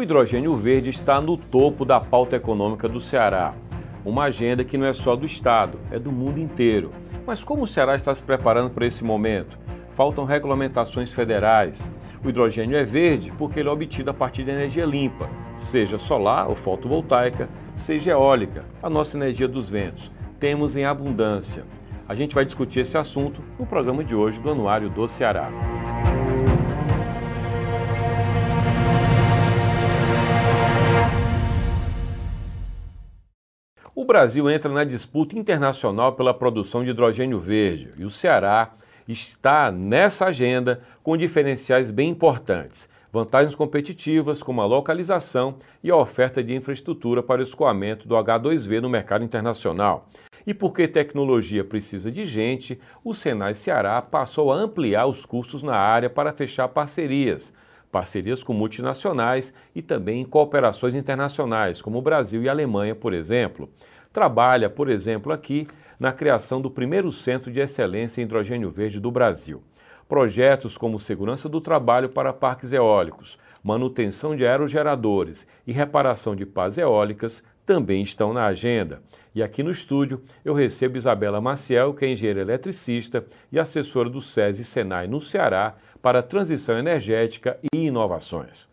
hidrogênio verde está no topo da pauta econômica do Ceará. Uma agenda que não é só do Estado, é do mundo inteiro. Mas como o Ceará está se preparando para esse momento? Faltam regulamentações federais. O hidrogênio é verde porque ele é obtido a partir de energia limpa, seja solar ou fotovoltaica, seja eólica, a nossa energia dos ventos. Temos em abundância. A gente vai discutir esse assunto no programa de hoje do Anuário do Ceará. O Brasil entra na disputa internacional pela produção de hidrogênio verde e o Ceará está nessa agenda com diferenciais bem importantes, vantagens competitivas como a localização e a oferta de infraestrutura para o escoamento do H2V no mercado internacional. E porque tecnologia precisa de gente, o Senai Ceará passou a ampliar os custos na área para fechar parcerias com multinacionais e também em cooperações internacionais, como o Brasil e a Alemanha, por exemplo. Trabalha, por exemplo, aqui na criação do primeiro centro de excelência em hidrogênio verde do Brasil. Projetos como segurança do trabalho para parques eólicos, manutenção de aerogeradores e reparação de pás eólicas também estão na agenda. E aqui no estúdio eu recebo Isabela Maciel, que é engenheira eletricista e assessora do SESI e Senai no Ceará para transição energética e inovações.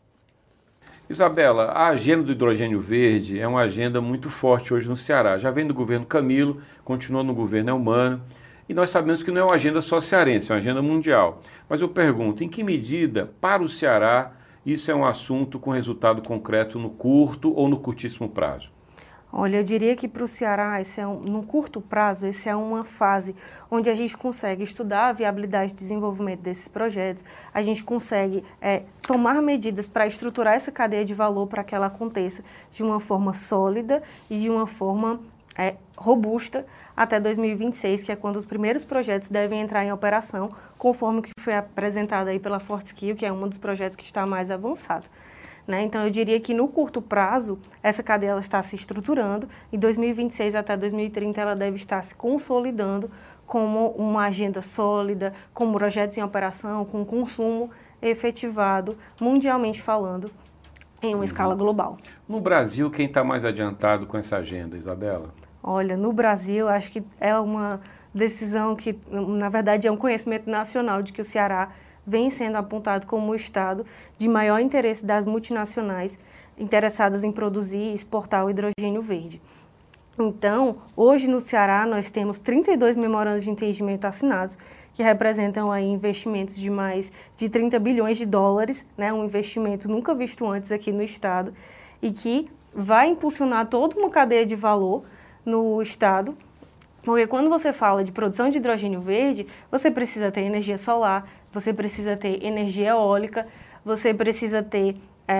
Isabela, a agenda do hidrogênio verde é uma agenda muito forte hoje no Ceará. Já vem do governo Camilo, continua no governo Elmano, e nós sabemos que não é uma agenda só cearense, é uma agenda mundial. Mas eu pergunto, em que medida, para o Ceará, isso é um assunto com resultado concreto no curto ou no curtíssimo prazo? Olha, eu diria que para o Ceará, no curto prazo, essa é uma fase onde a gente consegue estudar a viabilidade de desenvolvimento desses projetos, a gente consegue tomar medidas para estruturar essa cadeia de valor para que ela aconteça de uma forma sólida e de uma forma robusta até 2026, que é quando os primeiros projetos devem entrar em operação, conforme o que foi apresentado aí pela Fortescue, que é um dos projetos que está mais avançado. Então, eu diria que no curto prazo, essa cadeia ela está se estruturando e 2026 até 2030 ela deve estar se consolidando como uma agenda sólida, com projetos em operação, com consumo efetivado, mundialmente falando, em uma escala global. No Brasil, quem está mais adiantado com essa agenda, Isabela? Olha, no Brasil, acho que é uma decisão que, na verdade, é um conhecimento nacional de que o Ceará vem sendo apontado como o estado de maior interesse das multinacionais interessadas em produzir e exportar o hidrogênio verde. Então, hoje no Ceará nós temos 32 memorandos de entendimento assinados, que representam aí investimentos de mais de 30 bilhões de dólares, um investimento nunca visto antes aqui no estado, e que vai impulsionar toda uma cadeia de valor no estado. Porque quando você fala de produção de hidrogênio verde, você precisa ter energia solar, você precisa ter energia eólica, você precisa ter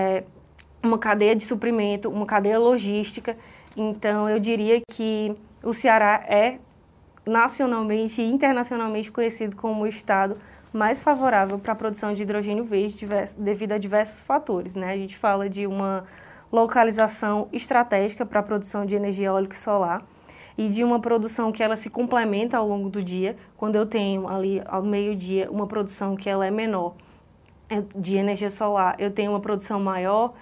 uma cadeia de suprimento, uma cadeia logística. Então, eu diria que o Ceará é nacionalmente e internacionalmente conhecido como o estado mais favorável para a produção de hidrogênio verde devido a diversos fatores. A gente fala de uma localização estratégica para a produção de energia eólica e solar, e de uma produção que ela se complementa ao longo do dia. Quando eu tenho ali ao meio-dia uma produção que ela é menor de energia solar, eu tenho uma produção maior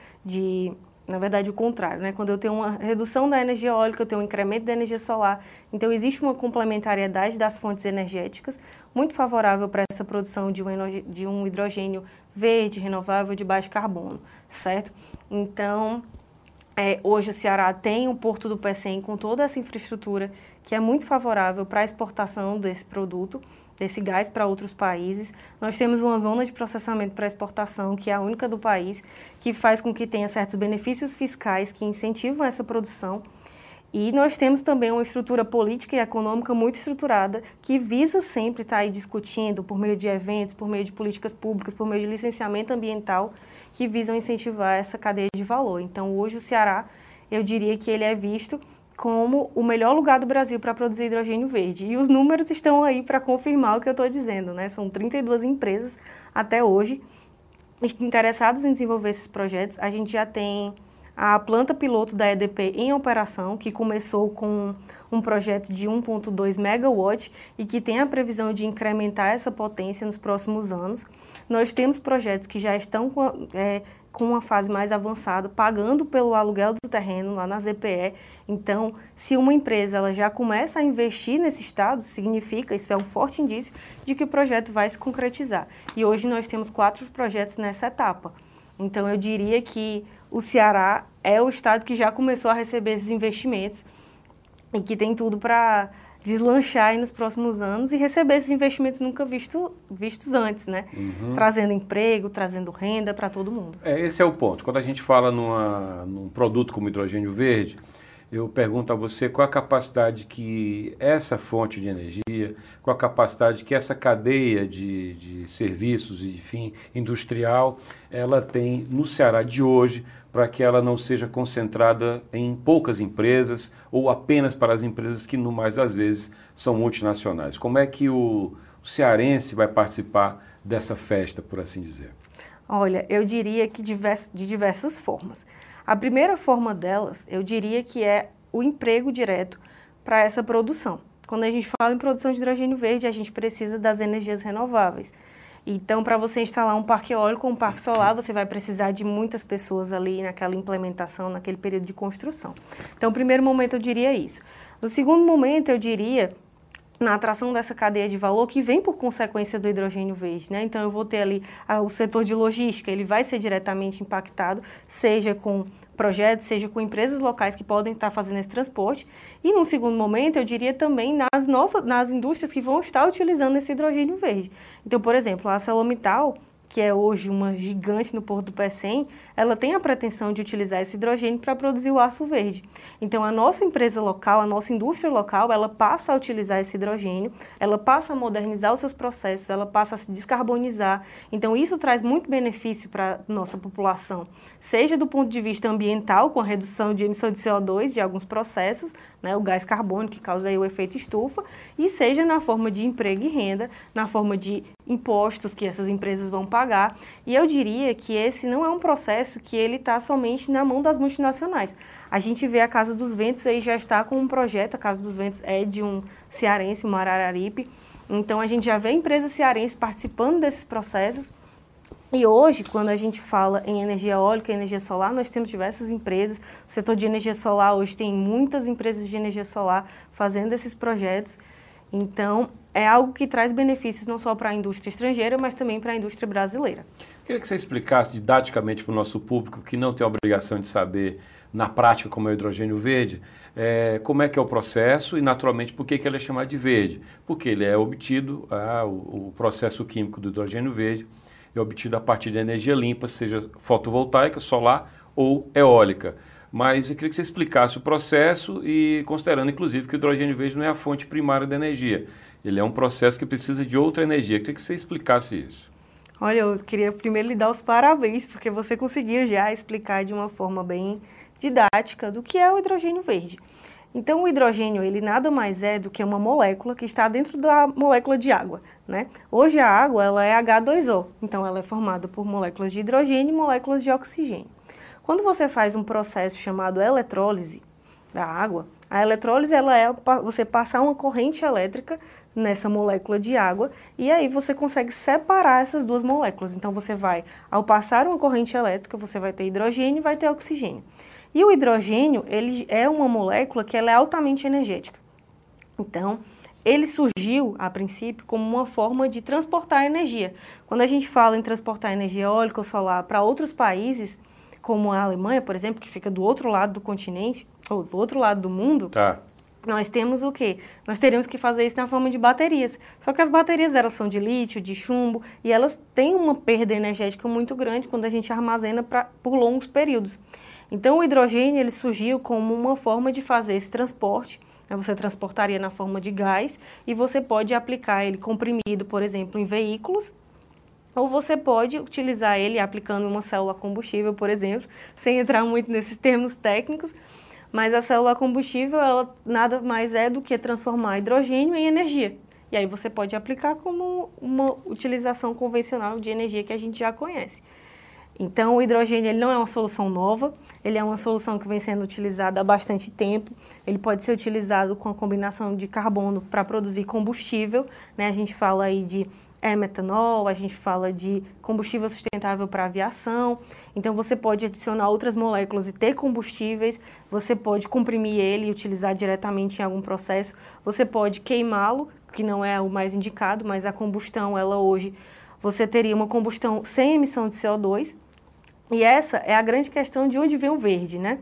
na verdade o contrário, Quando eu tenho uma redução da energia eólica, eu tenho um incremento da energia solar. Então existe uma complementariedade das fontes energéticas muito favorável para essa produção de um hidrogênio verde, renovável, de baixo carbono, certo? Então, hoje o Ceará tem o Porto do Pecém com toda essa infraestrutura que é muito favorável para a exportação desse produto, desse gás para outros países. Nós temos uma zona de processamento para exportação, que é a única do país, que faz com que tenha certos benefícios fiscais que incentivam essa produção. E nós temos também uma estrutura política e econômica muito estruturada que visa sempre estar aí discutindo por meio de eventos, por meio de políticas públicas, por meio de licenciamento ambiental, que visam incentivar essa cadeia de valor. Então, hoje o Ceará, eu diria que ele é visto como o melhor lugar do Brasil para produzir hidrogênio verde. E os números estão aí para confirmar o que eu estou dizendo, São 32 empresas até hoje interessadas em desenvolver esses projetos. A gente já tem a planta piloto da EDP em operação, que começou com um projeto de 1,2 megawatt e que tem a previsão de incrementar essa potência nos próximos anos. Nós temos projetos que já estão com uma fase mais avançada, pagando pelo aluguel do terreno lá na ZPE. Então, se uma empresa ela já começa a investir nesse estado, significa, isso é um forte indício de que o projeto vai se concretizar. E hoje nós temos 4 projetos nessa etapa. Então, eu diria que o Ceará é o estado que já começou a receber esses investimentos e que tem tudo para deslanchar aí nos próximos anos e receber esses investimentos nunca vistos antes, né? Trazendo emprego, trazendo renda para todo mundo. Esse é o ponto. Quando a gente fala num produto como hidrogênio verde, eu pergunto a você qual a capacidade que essa fonte de energia, qual a capacidade que essa cadeia de serviços, enfim, industrial, ela tem no Ceará de hoje, para que ela não seja concentrada em poucas empresas ou apenas para as empresas que, no mais das vezes, são multinacionais. Como é que o cearense vai participar dessa festa, por assim dizer? Olha, eu diria que de diversas formas. A primeira forma delas, eu diria que é o emprego direto para essa produção. Quando a gente fala em produção de hidrogênio verde, a gente precisa das energias renováveis. Então, para você instalar um parque eólico ou um parque solar, você vai precisar de muitas pessoas ali naquela implementação, naquele período de construção. Então, no primeiro momento, eu diria isso. No segundo momento, eu diria na atração dessa cadeia de valor que vem por consequência do hidrogênio verde, né? Então, eu vou ter ali o setor de logística, ele vai ser diretamente impactado, seja com projetos, seja com empresas locais que podem estar fazendo esse transporte. E, num segundo momento, eu diria também nas indústrias que vão estar utilizando esse hidrogênio verde. Então, por exemplo, a ArcelorMittal, que é hoje uma gigante no Porto do Pecém, ela tem a pretensão de utilizar esse hidrogênio para produzir o aço verde. Então, a nossa empresa local, a nossa indústria local, ela passa a utilizar esse hidrogênio, ela passa a modernizar os seus processos, ela passa a se descarbonizar. Então, isso traz muito benefício para a nossa população, seja do ponto de vista ambiental, com a redução de emissão de CO2 de alguns processos, né, o gás carbônico que causa aí o efeito estufa, e seja na forma de emprego e renda, na forma de impostos que essas empresas vão pagar. E eu diria que esse não é um processo que ele está somente na mão das multinacionais. A gente vê a Casa dos Ventos aí já está com um projeto, a Casa dos Ventos é de um cearense, um Arararipe, então a gente já vê empresas cearenses participando desses processos. E hoje, quando a gente fala em energia eólica e energia solar, nós temos diversas empresas. O setor de energia solar hoje tem muitas empresas de energia solar fazendo esses projetos. Então, é algo que traz benefícios não só para a indústria estrangeira, mas também para a indústria brasileira. Queria que você explicasse didaticamente para o nosso público, que não tem a obrigação de saber na prática como é o hidrogênio verde, como é que é o processo e, naturalmente, por que ele é chamado de verde. Porque ele é obtido, o processo químico do hidrogênio verde é obtido a partir de energia limpa, seja fotovoltaica, solar ou eólica. Mas eu queria que você explicasse o processo e considerando, inclusive, que o hidrogênio verde não é a fonte primária da energia. Ele é um processo que precisa de outra energia. Eu queria que você explicasse isso. Olha, eu queria primeiro lhe dar os parabéns, porque você conseguiu já explicar de uma forma bem didática do que é o hidrogênio verde. Então, o hidrogênio, ele nada mais é do que uma molécula que está dentro da molécula de água, né? Hoje, a água, ela é H2O, então ela é formada por moléculas de hidrogênio e moléculas de oxigênio. Quando você faz um processo chamado eletrólise da água, a eletrólise ela é você passar uma corrente elétrica nessa molécula de água e aí você consegue separar essas duas moléculas. Então, você vai, ao passar uma corrente elétrica, você vai ter hidrogênio e vai ter oxigênio. E o hidrogênio, ele é uma molécula que ela é altamente energética. Então, ele surgiu, a princípio, como uma forma de transportar energia. Quando a gente fala em transportar energia eólica ou solar para outros países, como a Alemanha, por exemplo, que fica do outro lado do continente, ou do outro lado do mundo, nós temos o quê? Nós teríamos que fazer isso na forma de baterias. Só que as baterias, elas são de lítio, de chumbo, e elas têm uma perda energética muito grande quando a gente armazena por longos períodos. Então, o hidrogênio, ele surgiu como uma forma de fazer esse transporte. Você transportaria na forma de gás e você pode aplicar ele comprimido, por exemplo, em veículos, ou você pode utilizar ele aplicando uma célula combustível, por exemplo, sem entrar muito nesses termos técnicos, mas a célula combustível, ela nada mais é do que transformar hidrogênio em energia. E aí você pode aplicar como uma utilização convencional de energia que a gente já conhece. Então, o hidrogênio ele não é uma solução nova, ele é uma solução que vem sendo utilizada há bastante tempo. Ele pode ser utilizado com a combinação de carbono para produzir combustível, né? A gente fala aí de metanol, a gente fala de combustível sustentável para aviação. Então, você pode adicionar outras moléculas e ter combustíveis, você pode comprimir ele e utilizar diretamente em algum processo, você pode queimá-lo, que não é o mais indicado, mas a combustão, ela hoje, você teria uma combustão sem emissão de CO2, e essa é a grande questão de onde vem o verde, né?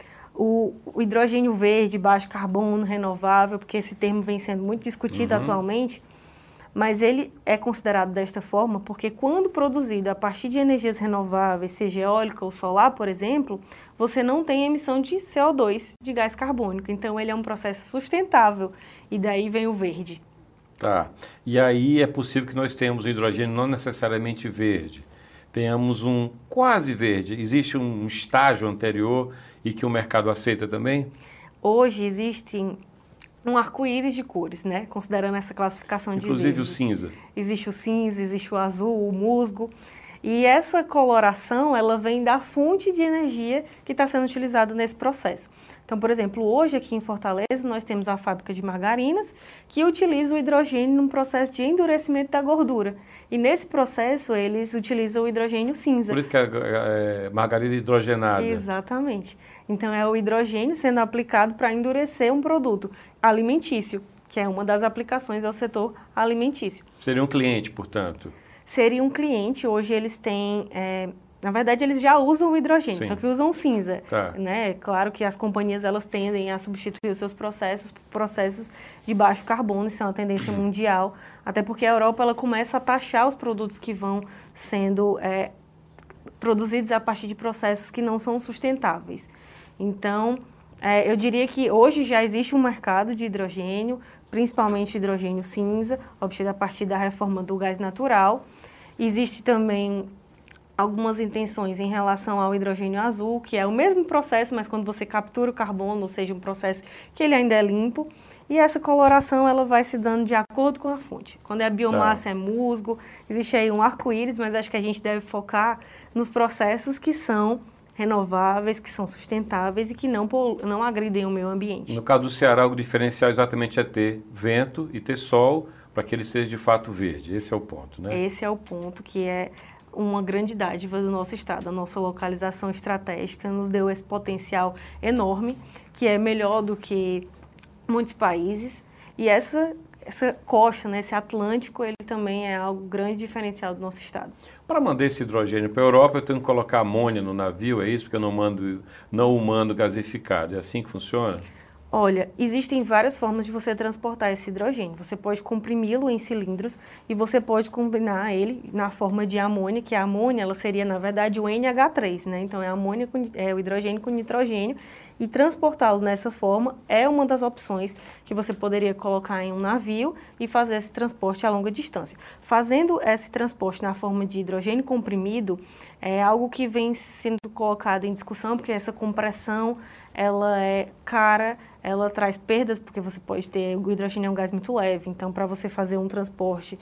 O hidrogênio verde, baixo carbono, renovável, porque esse termo vem sendo muito discutido atualmente, mas ele é considerado desta forma porque quando produzido a partir de energias renováveis, seja eólica ou solar, por exemplo, você não tem emissão de CO2, de gás carbônico. Então, ele é um processo sustentável e daí vem o verde. Tá. E aí é possível que nós tenhamos o hidrogênio não necessariamente verde. Tenhamos um quase verde. Existe um estágio anterior e que o mercado aceita também? Hoje existem um arco-íris de cores, né? Considerando essa classificação de verde. Inclusive o cinza. Existe o cinza, existe o azul, o musgo. E essa coloração, ela vem da fonte de energia que está sendo utilizada nesse processo. Então, por exemplo, hoje aqui em Fortaleza, nós temos a fábrica de margarinas que utiliza o hidrogênio num processo de endurecimento da gordura. E nesse processo, eles utilizam o hidrogênio cinza. Por isso que é margarina hidrogenada. Exatamente. Então, é o hidrogênio sendo aplicado para endurecer um produto alimentício, que é uma das aplicações ao setor alimentício. Seria um cliente, portanto? Seria um cliente. Hoje eles têm... na verdade, eles já usam o hidrogênio, Sim. Só que usam cinza. Tá. Né? Claro que as companhias elas tendem a substituir os seus processos por processos de baixo carbono, isso é uma tendência mundial, até porque a Europa ela começa a taxar os produtos que vão sendo produzidos a partir de processos que não são sustentáveis. Então, eu diria que hoje já existe um mercado de hidrogênio, principalmente hidrogênio cinza, obtido a partir da reforma do gás natural. Existe também algumas intenções em relação ao hidrogênio azul, que é o mesmo processo, mas quando você captura o carbono, ou seja, um processo que ele ainda é limpo, e essa coloração ela vai se dando de acordo com a fonte. Quando é a biomassa é musgo, existe aí um arco-íris, mas acho que a gente deve focar nos processos que são renováveis, que são sustentáveis e que não agridem o meio ambiente. No caso do Ceará, o diferencial exatamente é ter vento e ter sol para que ele seja de fato verde. Esse é o ponto, né? Esse é o ponto que é uma grande dádiva do nosso estado. A nossa localização estratégica nos deu esse potencial enorme, que é melhor do que muitos países. E essa costa, né, esse Atlântico, ele também é algo grande diferencial do nosso estado. Para mandar esse hidrogênio para a Europa, eu tenho que colocar amônia no navio, é isso? Porque eu não o mando gasificado. É assim que funciona? Olha, existem várias formas de você transportar esse hidrogênio. Você pode comprimi-lo em cilindros e você pode combinar ele na forma de amônia, que a amônia ela seria, na verdade, o NH3, né? Então, é o hidrogênio com nitrogênio e transportá-lo nessa forma é uma das opções que você poderia colocar em um navio e fazer esse transporte a longa distância. Fazendo esse transporte na forma de hidrogênio comprimido é algo que vem sendo colocado em discussão, porque essa compressão ela é cara, ela traz perdas, porque você pode ter, o hidrogênio é um gás muito leve, então para você fazer um transporte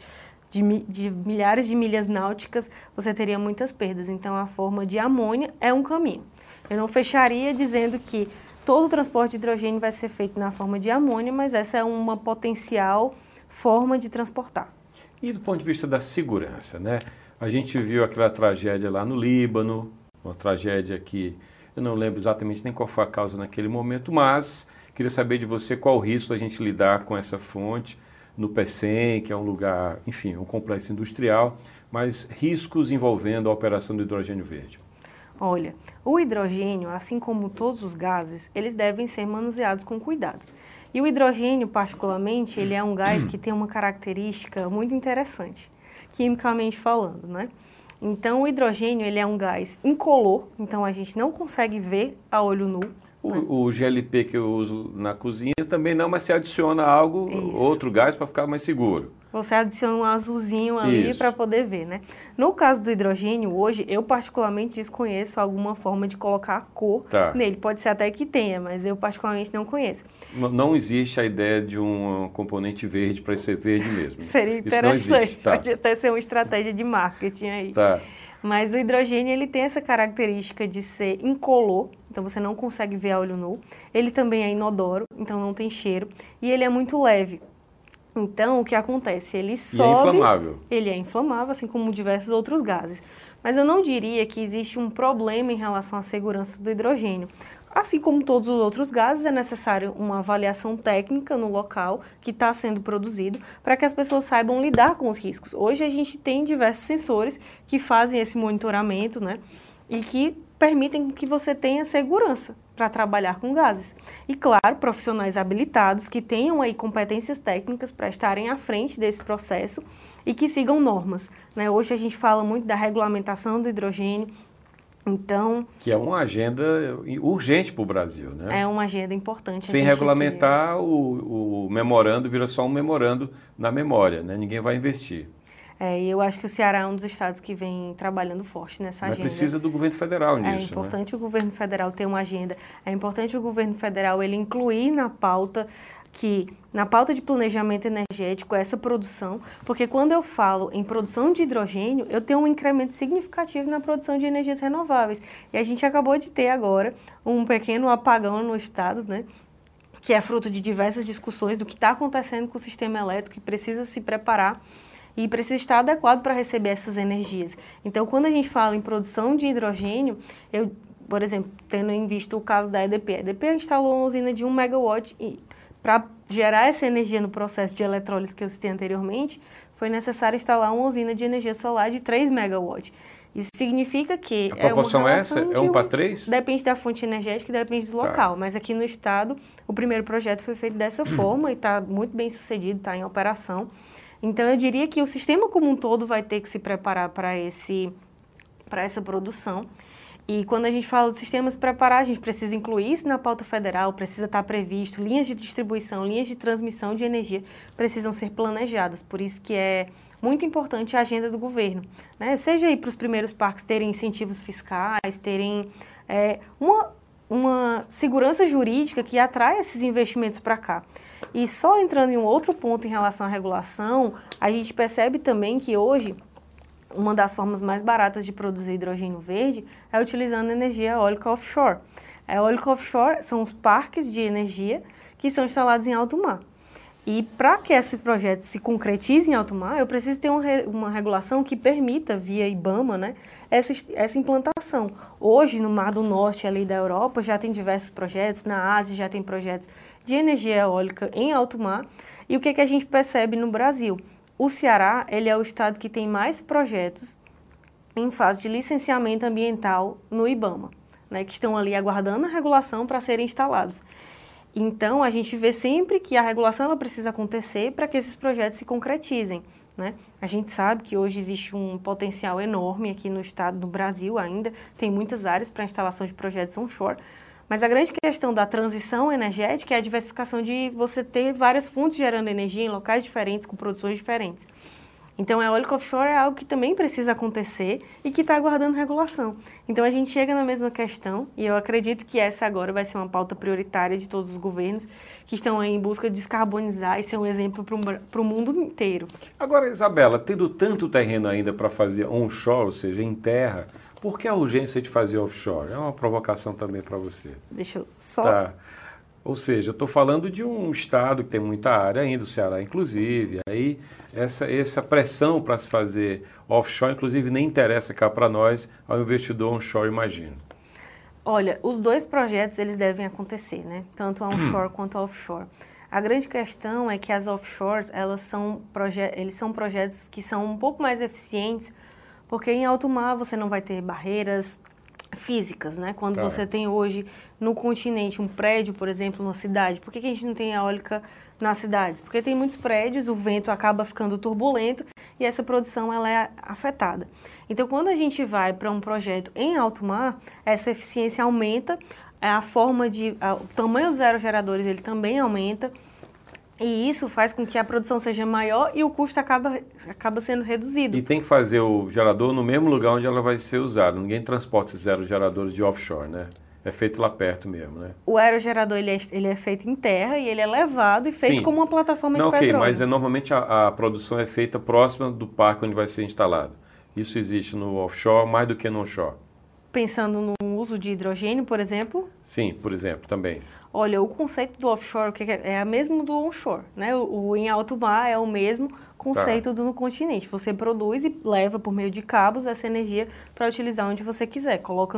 de milhares de milhas náuticas, você teria muitas perdas. Então a forma de amônia é um caminho. Eu não fecharia dizendo que todo o transporte de hidrogênio vai ser feito na forma de amônia, mas essa é uma potencial forma de transportar. E do ponto de vista da segurança, né? A gente viu aquela tragédia lá no Líbano, uma tragédia que eu não lembro exatamente nem qual foi a causa naquele momento, mas queria saber de você qual o risco da gente lidar com essa fonte no PECEM, que é um lugar, enfim, um complexo industrial, mas riscos envolvendo a operação do hidrogênio verde. Olha, o hidrogênio, assim como todos os gases, eles devem ser manuseados com cuidado. E o hidrogênio, particularmente, ele é um gás que tem uma característica muito interessante, quimicamente falando, né? Então, o hidrogênio, ele é um gás incolor, então a gente não consegue ver a olho nu. O GLP que eu uso na cozinha também não, mas você adiciona outro gás para ficar mais seguro. Você adiciona um azulzinho ali para poder ver, né? No caso do hidrogênio, hoje, eu particularmente desconheço alguma forma de colocar a cor nele. Pode ser até que tenha, mas eu particularmente não conheço. Não existe a ideia de um componente verde para ser verde mesmo. Seria interessante. Pode até ser uma estratégia de marketing aí. Mas o hidrogênio, ele tem essa característica de ser incolor, então você não consegue ver a olho nu. Ele também é inodoro, então não tem cheiro. E ele é muito leve. Então, o que acontece? Ele sobe... E é inflamável. Ele é inflamável, assim como diversos outros gases. Mas eu não diria que existe um problema em relação à segurança do hidrogênio. Assim como todos os outros gases, é necessário uma avaliação técnica no local que está sendo produzido para que as pessoas saibam lidar com os riscos. Hoje a gente tem diversos sensores que fazem esse monitoramento, né? E que permitem que você tenha segurança para trabalhar com gases. E, claro, profissionais habilitados que tenham aí competências técnicas para estarem à frente desse processo e que sigam normas, né? Hoje a gente fala muito da regulamentação do hidrogênio, então... Que é uma agenda urgente para o Brasil, né? É uma agenda importante. Sem regulamentar, o memorando vira só um memorando na memória, né? Ninguém vai investir. E eu acho que o Ceará é um dos estados que vem trabalhando forte nessa agenda. Mas precisa do governo federal nisso, É importante, né? O governo federal ter uma agenda, é importante o governo federal ele incluir na pauta de planejamento energético essa produção, porque quando eu falo em produção de hidrogênio, eu tenho um incremento significativo na produção de energias renováveis. E a gente acabou de ter agora um pequeno apagão no estado, né? Que é fruto de diversas discussões do que está acontecendo com o sistema elétrico, que precisa se preparar e precisa estar adequado para receber essas energias. Então, quando a gente fala em produção de hidrogênio, por exemplo, tendo em vista o caso da EDP, a EDP instalou uma usina de 1 megawatt e para gerar essa energia no processo de eletrólise que eu citei anteriormente, foi necessário instalar uma usina de energia solar de 3 megawatts. Isso significa que a proporção é essa? É 1 para 3? Depende da fonte energética e depende do local. Mas aqui no estado, o primeiro projeto foi feito dessa forma e está muito bem sucedido, está em operação. Então, eu diria que o sistema como um todo vai ter que se preparar para essa produção. E quando a gente fala de sistemas preparar, a gente precisa incluir isso na pauta federal, precisa estar previsto, linhas de distribuição, linhas de transmissão de energia precisam ser planejadas. Por isso que é muito importante a agenda do governo, né? Seja aí para os primeiros parques terem incentivos fiscais, terem uma segurança jurídica que atrai esses investimentos para cá. E só entrando em um outro ponto em relação à regulação, a gente percebe também que hoje uma das formas mais baratas de produzir hidrogênio verde é utilizando energia eólica offshore. A eólica offshore são os parques de energia que são instalados em alto mar. E para que esse projeto se concretize em alto mar, eu preciso ter uma regulação que permita, via IBAMA, né, essa implantação. Hoje, no Mar do Norte, ali da Europa, já tem diversos projetos, na Ásia já tem projetos de energia eólica em alto mar. E o que a gente percebe no Brasil? O Ceará, ele é o estado que tem mais projetos em fase de licenciamento ambiental no IBAMA, né, que estão ali aguardando a regulação para serem instalados. Então, a gente vê sempre que a regulação ela precisa acontecer para que esses projetos se concretizem, né? A gente sabe que hoje existe um potencial enorme aqui no estado do Brasil ainda, tem muitas áreas para instalação de projetos onshore, mas a grande questão da transição energética é a diversificação de você ter várias fontes gerando energia em locais diferentes, com produções diferentes. Então, a eólica offshore é algo que também precisa acontecer e que está aguardando regulação. Então, a gente chega na mesma questão e eu acredito que essa agora vai ser uma pauta prioritária de todos os governos que estão aí em busca de descarbonizar e ser um exemplo para o mundo inteiro. Agora, Isabela, tendo tanto terreno ainda para fazer onshore, ou seja, em terra, por que a urgência de fazer offshore? É uma provocação também para você. Deixa eu só... Tá. Ou seja, eu estou falando de um estado que tem muita área ainda, o Ceará inclusive, aí essa pressão para se fazer offshore, inclusive, nem interessa cá para nós, ao investidor onshore, imagino. Olha, os dois projetos, eles devem acontecer, né? Tanto a onshore quanto a offshore. A grande questão é que as offshores, eles são projetos que são um pouco mais eficientes, porque em alto mar você não vai ter barreiras físicas, né? Quando você tem hoje no continente um prédio, por exemplo, numa cidade, por que a gente não tem eólica nas cidades? Porque tem muitos prédios, o vento acaba ficando turbulento e essa produção ela é afetada. Então, quando a gente vai para um projeto em alto mar, essa eficiência aumenta, o tamanho dos aerogeradores ele também aumenta, e isso faz com que a produção seja maior e o custo acaba sendo reduzido. E tem que fazer o gerador no mesmo lugar onde ela vai ser usada. Ninguém transporta esses aerogeradores de offshore, né? É feito lá perto mesmo, né? O aerogerador ele é feito em terra e ele é levado e feito como uma plataforma de petróleo. Mas normalmente a produção é feita próxima do parque onde vai ser instalado. Isso existe no offshore mais do que no onshore? Pensando no uso de hidrogênio, por exemplo? Sim, por exemplo, também. Olha, o conceito do offshore é o mesmo do onshore, né? O em alto mar é o mesmo conceito do no continente. Você produz e leva por meio de cabos essa energia para utilizar onde você quiser. Coloca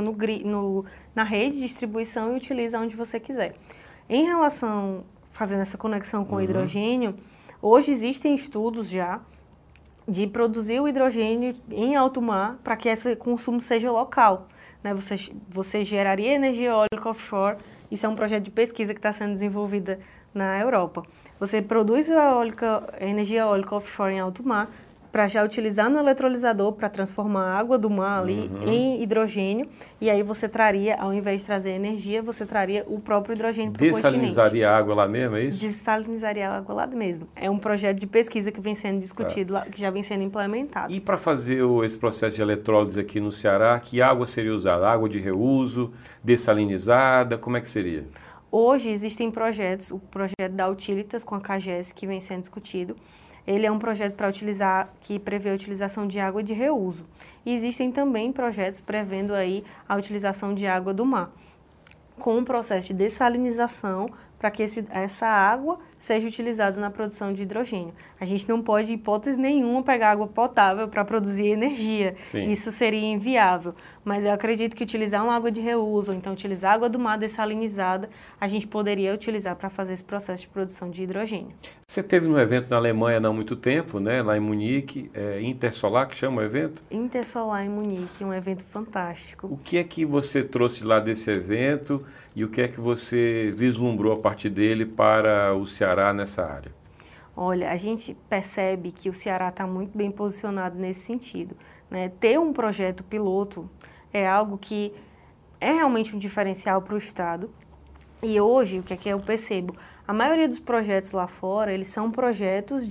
na rede de distribuição e utiliza onde você quiser. Em relação, fazendo essa conexão com o hidrogênio, hoje existem estudos já de produzir o hidrogênio em alto mar para que esse consumo seja local. Né? Você geraria energia eólica offshore. Isso é um projeto de pesquisa que está sendo desenvolvida na Europa. Você produz a energia eólica offshore em alto mar para já utilizar no eletrolisador para transformar a água do mar ali em hidrogênio. E aí você traria, ao invés de trazer energia, você traria o próprio hidrogênio para o continente. Dessalinizaria a água lá mesmo, é isso? Dessalinizaria a água lá mesmo. É um projeto de pesquisa que vem sendo discutido, lá, que já vem sendo implementado. E para fazer esse processo de eletrólise aqui no Ceará, que água seria usada? Água de reuso, dessalinizada, como é que seria? Hoje existem projetos, o projeto da Utilitas com a CAGES que vem sendo discutido. Ele é um projeto que prevê a utilização de água de reuso. E existem também projetos prevendo aí a utilização de água do mar, com um processo de dessalinização para que essa água seja utilizada na produção de hidrogênio. A gente não pode, em hipótese nenhuma, pegar água potável para produzir energia. Sim. Isso seria inviável. Mas eu acredito que utilizar uma água de reuso, ou então utilizar água do mar dessalinizada, a gente poderia utilizar para fazer esse processo de produção de hidrogênio. Você teve um evento na Alemanha não há muito tempo, né? Lá em Munique, Intersolar, que chama o evento? Intersolar em Munique, um evento fantástico. O que é que você trouxe lá desse evento e o que é que você vislumbrou a partir dele para o Ceará nessa área? Olha, a gente percebe que o Ceará está muito bem posicionado nesse sentido, né? Ter um projeto piloto é algo que é realmente um diferencial para o Estado. E hoje, o que é que eu percebo? A maioria dos projetos lá fora, eles são projetos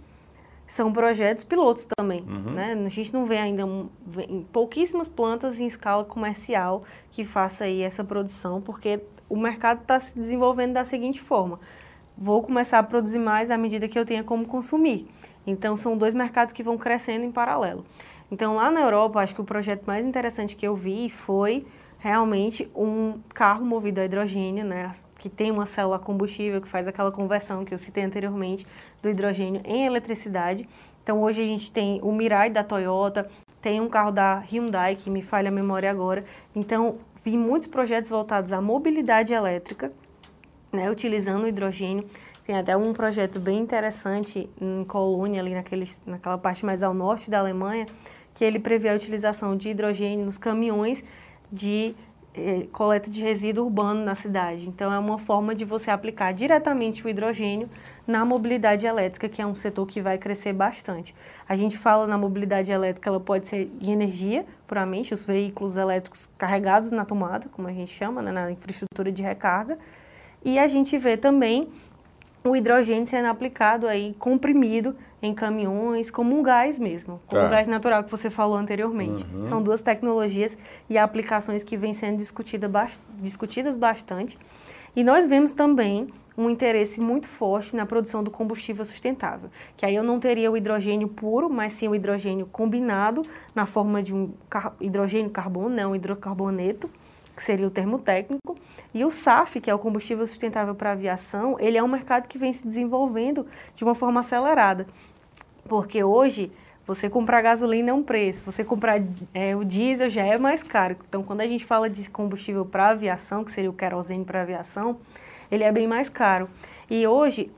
pilotos também, né? A gente não vê ainda pouquíssimas plantas em escala comercial que faça aí essa produção, porque o mercado está se desenvolvendo da seguinte forma: vou começar a produzir mais à medida que eu tenha como consumir. Então, são dois mercados que vão crescendo em paralelo. Então, lá na Europa, acho que o projeto mais interessante que eu vi foi realmente um carro movido a hidrogênio, né, que tem uma célula a combustível que faz aquela conversão que eu citei anteriormente do hidrogênio em eletricidade. Então, hoje a gente tem o Mirai da Toyota, tem um carro da Hyundai, que me falha a memória agora. Então, vi muitos projetos voltados à mobilidade elétrica, né, utilizando o hidrogênio. Tem até um projeto bem interessante em Colônia, ali naquela parte mais ao norte da Alemanha, que ele prevê a utilização de hidrogênio nos caminhões de coleta de resíduo urbano na cidade. Então, é uma forma de você aplicar diretamente o hidrogênio na mobilidade elétrica, que é um setor que vai crescer bastante. A gente fala na mobilidade elétrica, ela pode ser de energia, puramente, os veículos elétricos carregados na tomada, como a gente chama, né, na infraestrutura de recarga. E a gente vê também o hidrogênio sendo aplicado aí, comprimido em caminhões, como um gás mesmo, como o gás natural que você falou anteriormente. São duas tecnologias e aplicações que vêm sendo discutidas bastante. E nós vemos também um interesse muito forte na produção do combustível sustentável, que aí eu não teria o hidrogênio puro, mas sim o hidrogênio combinado na forma de um hidrogênio carbono, né, um hidrocarboneto, que seria o termo técnico, e o SAF, que é o combustível sustentável para a aviação, ele é um mercado que vem se desenvolvendo de uma forma acelerada, porque hoje você comprar gasolina é um preço, você comprar o diesel já é mais caro. Então, quando a gente fala de combustível para a aviação, que seria o querosene para a aviação, ele é bem mais caro. E hoje,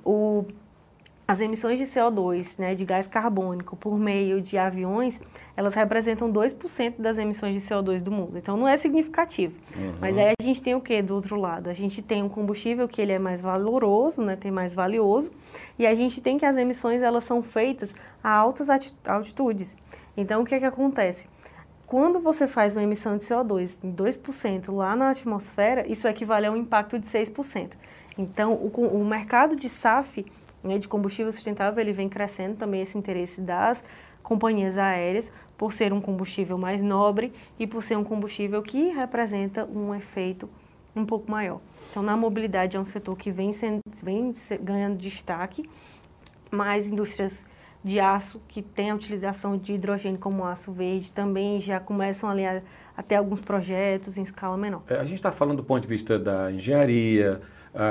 as emissões de CO2, né, de gás carbônico, por meio de aviões, elas representam 2% das emissões de CO2 do mundo. Então, não é significativo. Mas aí a gente tem o quê do outro lado? A gente tem um combustível que ele é mais valoroso, né, tem mais valioso, e a gente tem que as emissões elas são feitas a altas altitudes. Então, o que é que acontece? Quando você faz uma emissão de CO2 em 2% lá na atmosfera, isso equivale a um impacto de 6%. Então, o mercado de SAF, né, de combustível sustentável, ele vem crescendo também esse interesse das companhias aéreas por ser um combustível mais nobre e por ser um combustível que representa um efeito um pouco maior. Então, na mobilidade é um setor que vem ganhando destaque, mais indústrias de aço, que tem a utilização de hidrogênio como aço verde, também já começam ali a ter alguns projetos em escala menor. A gente está falando do ponto de vista da engenharia,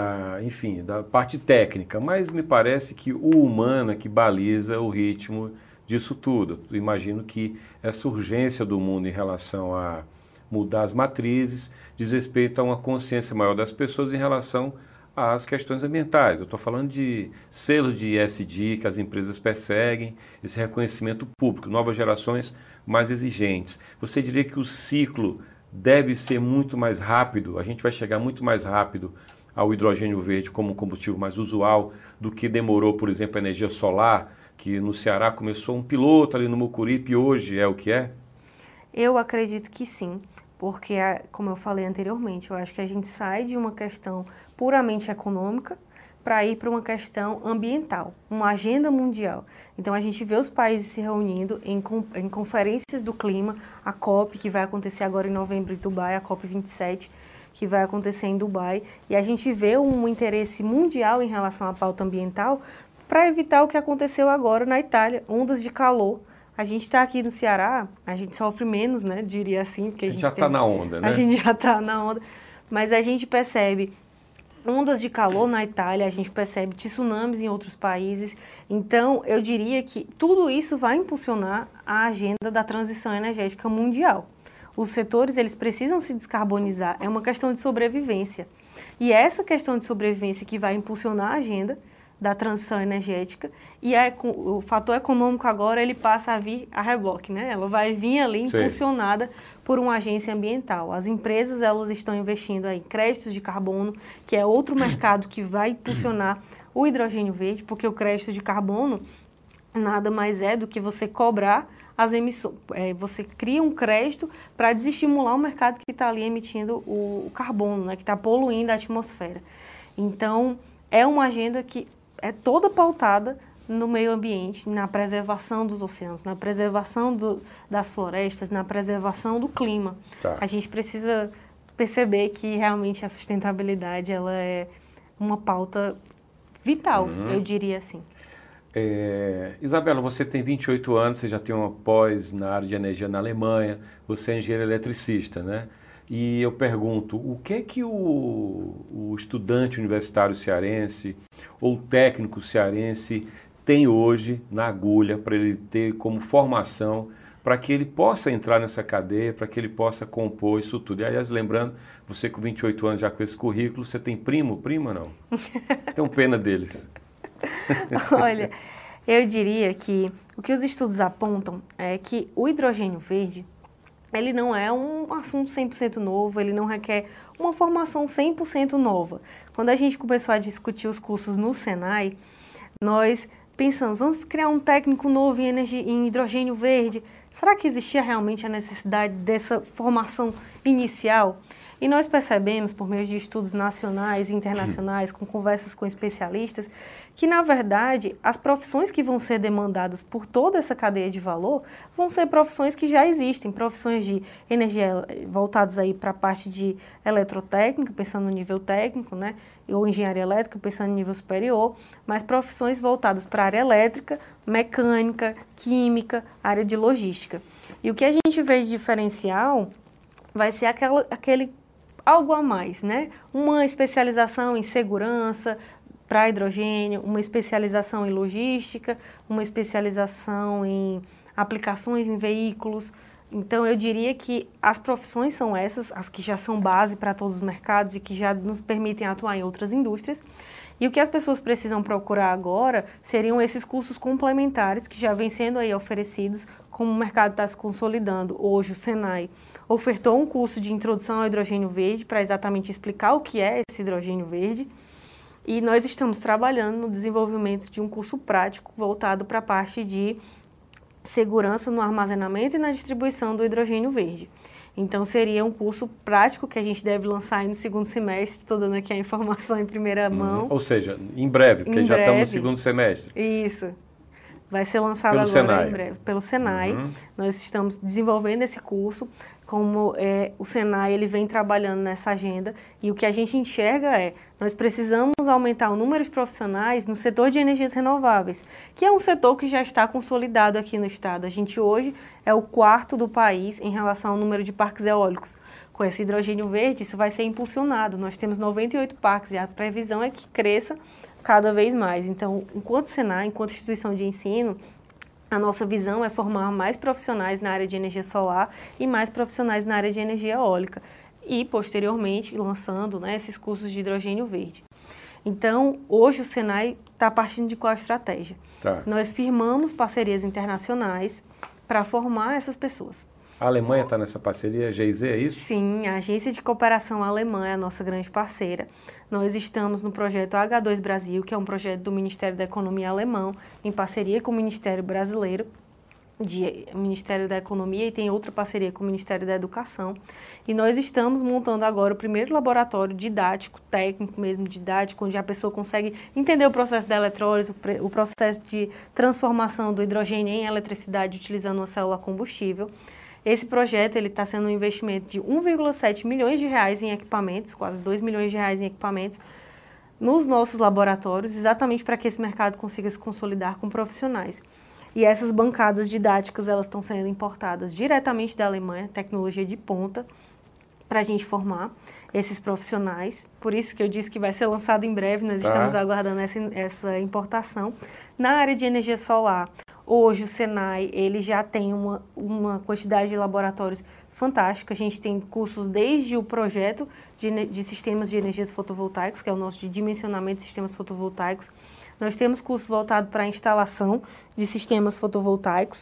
enfim, da parte técnica, mas me parece que o humano é que baliza o ritmo disso tudo. Eu imagino que essa urgência do mundo em relação a mudar as matrizes diz respeito a uma consciência maior das pessoas em relação às questões ambientais. Eu estou falando de selo de ESG que as empresas perseguem, esse reconhecimento público, novas gerações mais exigentes. Você diria que o ciclo deve ser muito mais rápido, a gente vai chegar muito mais rápido ao hidrogênio verde como um combustível mais usual do que demorou, por exemplo, a energia solar, que no Ceará começou um piloto ali no Mucuripe e hoje é o que é? Eu acredito que sim, porque, como eu falei anteriormente, eu acho que a gente sai de uma questão puramente econômica para ir para uma questão ambiental, uma agenda mundial. Então, a gente vê os países se reunindo em conferências do clima, a COP, que vai acontecer agora em novembro em Dubai, a COP 27, que vai acontecer em Dubai, e a gente vê um interesse mundial em relação à pauta ambiental para evitar o que aconteceu agora na Itália, ondas de calor. A gente está aqui no Ceará, a gente sofre menos, né, diria assim, porque a gente já está na onda, né? A gente já está na onda, mas a gente percebe ondas de calor na Itália, a gente percebe tsunamis em outros países. Então, eu diria que tudo isso vai impulsionar a agenda da transição energética mundial. Os setores, eles precisam se descarbonizar, é uma questão de sobrevivência. E é essa questão de sobrevivência que vai impulsionar a agenda da transição energética, e o fator econômico agora ele passa a vir a reboque, né? Ela vai vir ali impulsionada por uma agência ambiental. As empresas elas estão investindo em créditos de carbono, que é outro mercado que vai impulsionar o hidrogênio verde, porque o crédito de carbono nada mais é do que você cobrar as emissões. Você cria um crédito para desestimular o mercado que está ali emitindo o carbono, né? Que está poluindo a atmosfera. Então, é uma agenda que é toda pautada no meio ambiente, na preservação dos oceanos, na preservação das florestas, na preservação do clima. Tá. A gente precisa perceber que realmente a sustentabilidade ela é uma pauta vital, eu diria assim. Isabela, você tem 28 anos, você já tem uma pós na área de energia na Alemanha, você é engenheira eletricista, né? E eu pergunto, o que é que o estudante universitário cearense ou técnico cearense tem hoje na agulha para ele ter como formação para que ele possa entrar nessa cadeia, para que ele possa compor isso tudo? E, aliás, lembrando, você com 28 anos já com esse currículo, você tem prima não? Tenho pena deles. Olha, eu diria que o que os estudos apontam é que o hidrogênio verde ele não é um assunto 100% novo, ele não requer uma formação 100% nova. Quando a gente começou a discutir os cursos no Senai, nós pensamos, vamos criar um técnico novo em hidrogênio verde. Será que existia realmente a necessidade dessa formação inicial? E nós percebemos, por meio de estudos nacionais e internacionais, com conversas com especialistas, que, na verdade, as profissões que vão ser demandadas por toda essa cadeia de valor vão ser profissões que já existem, profissões de energia voltadas aí para a parte de eletrotécnica, pensando no nível técnico, né? Ou engenharia elétrica, pensando no nível superior, mas profissões voltadas para a área elétrica, mecânica, química, área de logística. E o que a gente vê de diferencial vai ser aquele algo a mais, né? Uma especialização em segurança para hidrogênio, uma especialização em logística, uma especialização em aplicações em veículos. Então, eu diria que as profissões são essas, as que já são base para todos os mercados e que já nos permitem atuar em outras indústrias. E o que as pessoas precisam procurar agora seriam esses cursos complementares que já vêm sendo aí oferecidos, como o mercado está se consolidando. Hoje o Senai ofertou um curso de introdução ao hidrogênio verde para exatamente explicar o que é esse hidrogênio verde. E nós estamos trabalhando no desenvolvimento de um curso prático voltado para a parte de segurança no armazenamento e na distribuição do hidrogênio verde. Então, seria um curso prático que a gente deve lançar aí no segundo semestre, estou dando aqui a informação em primeira mão. Ou seja, em breve, porque já estamos no segundo semestre. Isso. Vai ser lançado pelo agora Senai. Em breve, pelo Senai. Nós estamos desenvolvendo esse curso como o Senai ele vem trabalhando nessa agenda, e o que a gente enxerga nós precisamos aumentar o número de profissionais no setor de energias renováveis, que é um setor que já está consolidado aqui no estado. A gente hoje é o quarto do país em relação ao número de parques eólicos. Com esse hidrogênio verde, isso vai ser impulsionado. Nós temos 98 parques e a previsão é que cresça cada vez mais. Então, enquanto Senai, enquanto instituição de ensino, a nossa visão é formar mais profissionais na área de energia solar e mais profissionais na área de energia eólica e, posteriormente, lançando esses cursos de hidrogênio verde. Então, hoje o Senai está partindo de qual estratégia? Nós firmamos parcerias internacionais para formar essas pessoas. A Alemanha está nessa parceria, a GIZ, é isso? Sim, a Agência de Cooperação Alemã é a nossa grande parceira. Nós estamos no projeto H2 Brasil, que é um projeto do Ministério da Economia alemão, em parceria com o Ministério Brasileiro, Ministério da Economia, e tem outra parceria com o Ministério da Educação. E nós estamos montando agora o primeiro laboratório didático, técnico mesmo didático, onde a pessoa consegue entender o processo da eletrólise, o processo de transformação do hidrogênio em eletricidade utilizando uma célula combustível. Esse projeto está sendo um investimento de 1,7 milhões de reais em equipamentos, quase 2 milhões de reais em equipamentos, nos nossos laboratórios, exatamente para que esse mercado consiga se consolidar com profissionais. E essas bancadas didáticas, elas estão sendo importadas diretamente da Alemanha, tecnologia de ponta, para a gente formar esses profissionais. Por isso que eu disse que vai ser lançado em breve, nós estamos aguardando essa importação. Na área de energia solar, hoje o Senai ele já tem uma quantidade de laboratórios fantástica. A gente tem cursos desde o projeto de sistemas de energias fotovoltaicas, que é o nosso de dimensionamento de sistemas fotovoltaicos. Nós temos cursos voltados para a instalação de sistemas fotovoltaicos.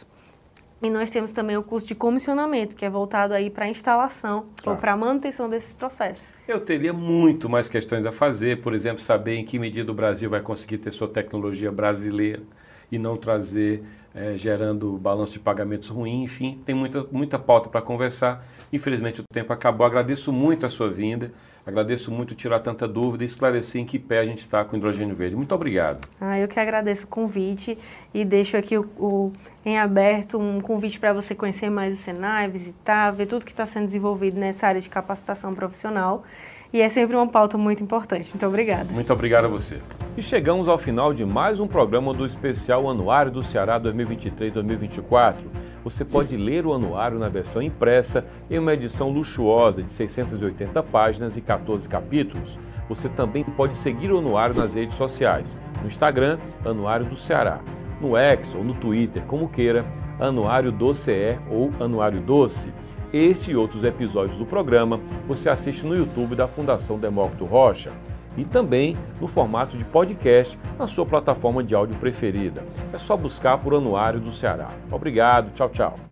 E nós temos também o curso de comissionamento, que é voltado aí para a instalação ou para a manutenção desses processos. Eu teria muito mais questões a fazer, por exemplo, saber em que medida o Brasil vai conseguir ter sua tecnologia brasileira e não trazer, gerando balanço de pagamentos ruim, enfim, tem muita pauta para conversar. Infelizmente o tempo acabou, agradeço muito a sua vinda, agradeço muito tirar tanta dúvida e esclarecer em que pé a gente está com o hidrogênio verde. Muito obrigado. Eu que agradeço o convite e deixo aqui em aberto um convite para você conhecer mais o Senai, visitar, ver tudo que está sendo desenvolvido nessa área de capacitação profissional. E é sempre uma pauta muito importante. Muito obrigada. Muito obrigado a você. E chegamos ao final de mais um programa do especial Anuário do Ceará 2023-2024. Você pode ler o anuário na versão impressa em uma edição luxuosa de 680 páginas e 14 capítulos. Você também pode seguir o anuário nas redes sociais. No Instagram, Anuário do Ceará. No X ou no Twitter, como queira, Anuário do CE ou Anuário Doce. Este e outros episódios do programa você assiste no YouTube da Fundação Demócrito Rocha e também no formato de podcast na sua plataforma de áudio preferida. É só buscar por Anuário do Ceará. Obrigado, tchau, tchau.